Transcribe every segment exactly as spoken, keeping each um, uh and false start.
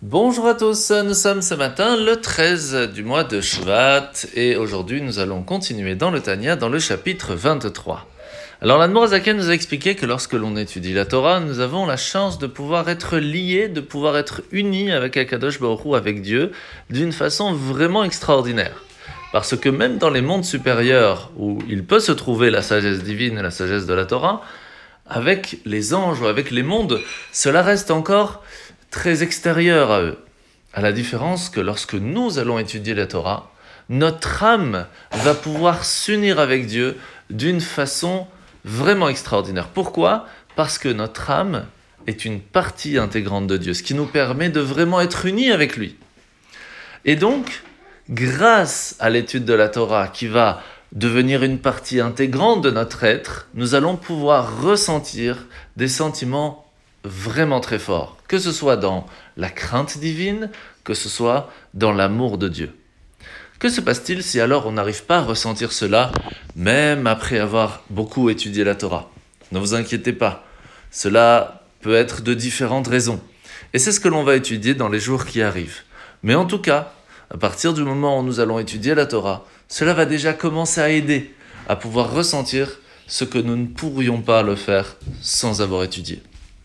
Bonjour à tous, nous sommes ce matin le treize du mois de Shvat et aujourd'hui nous allons continuer dans le Tanya dans le chapitre vingt-trois. Alors l'Admor HaZaken nous a expliqué que lorsque l'on étudie la Torah, nous avons la chance de pouvoir être liés, de pouvoir être unis avec Akadosh Baruch Hu, avec Dieu, d'une façon vraiment extraordinaire. Parce que même dans les mondes supérieurs où il peut se trouver la sagesse divine et la sagesse de la Torah, avec les anges ou avec les mondes, cela reste encore très extérieur à eux. À la différence que lorsque nous allons étudier la Torah, notre âme va pouvoir s'unir avec Dieu d'une façon vraiment extraordinaire. Pourquoi ? Parce que notre âme est une partie intégrante de Dieu, ce qui nous permet de vraiment être unis avec lui. Et donc, grâce à l'étude de la Torah qui va devenir une partie intégrante de notre être, nous allons pouvoir ressentir des sentiments vraiment très forts, que ce soit dans la crainte divine, que ce soit dans l'amour de Dieu. Que se passe-t-il si alors on n'arrive pas à ressentir cela, même après avoir beaucoup étudié la Torah ? Ne vous inquiétez pas, cela peut être de différentes raisons. Et c'est ce que l'on va étudier dans les jours qui arrivent. Mais en tout cas, à partir du moment où nous allons étudier la Torah, cela va déjà commencer à aider à pouvoir ressentir ce que nous ne pourrions pas le faire sans avoir étudié.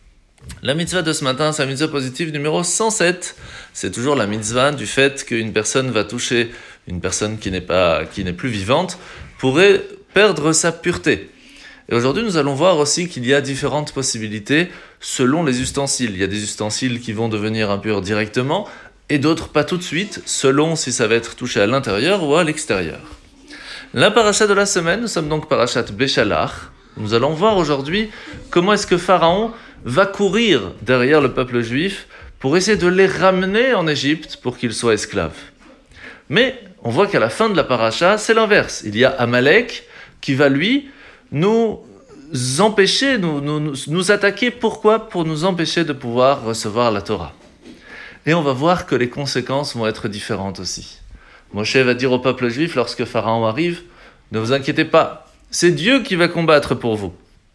La mitzvah de ce matin, c'est la mitzvah positive numéro cent sept. C'est toujours la mitzvah du fait qu'une personne va toucher une personne qui n'est pas, qui n'est plus vivante, pourrait perdre sa pureté. Et aujourd'hui, nous allons voir aussi qu'il y a différentes possibilités selon les ustensiles. Il y a des ustensiles qui vont devenir impurs directement et d'autres pas tout de suite, selon si ça va être touché à l'intérieur ou à l'extérieur. La paracha de la semaine, nous sommes donc parachat Béchalach. Nous allons voir aujourd'hui comment est-ce que Pharaon va courir derrière le peuple juif pour essayer de les ramener en Égypte pour qu'ils soient esclaves. Mais on voit qu'à la fin de la paracha, c'est l'inverse. Il y a Amalek qui va lui nous empêcher, nous, nous, nous attaquer. Pourquoi ? Pour nous empêcher de pouvoir recevoir la Torah. Et on va voir que les conséquences vont être différentes aussi. Moshe va dire au peuple juif lorsque Pharaon arrive, ne vous inquiétez pas, c'est Dieu qui va combattre pour vous.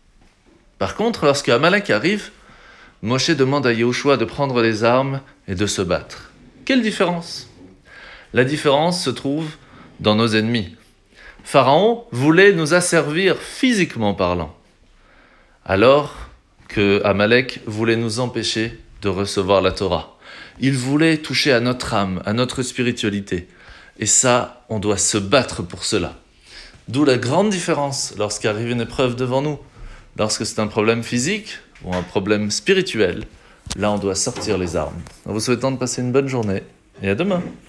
Par contre, lorsque Amalek arrive, Moshe demande à Yehoshua de prendre les armes et de se battre. Quelle différence ? La différence se trouve dans nos ennemis. Pharaon voulait nous asservir physiquement parlant, alors que Amalek voulait nous empêcher de recevoir la Torah. Il voulait toucher à notre âme, à notre spiritualité. Et ça, on doit se battre pour cela. D'où la grande différence lorsqu'arrive une épreuve devant nous. Lorsque c'est un problème physique ou un problème spirituel, là on doit sortir les armes. En vous souhaitant de passer une bonne journée et à demain.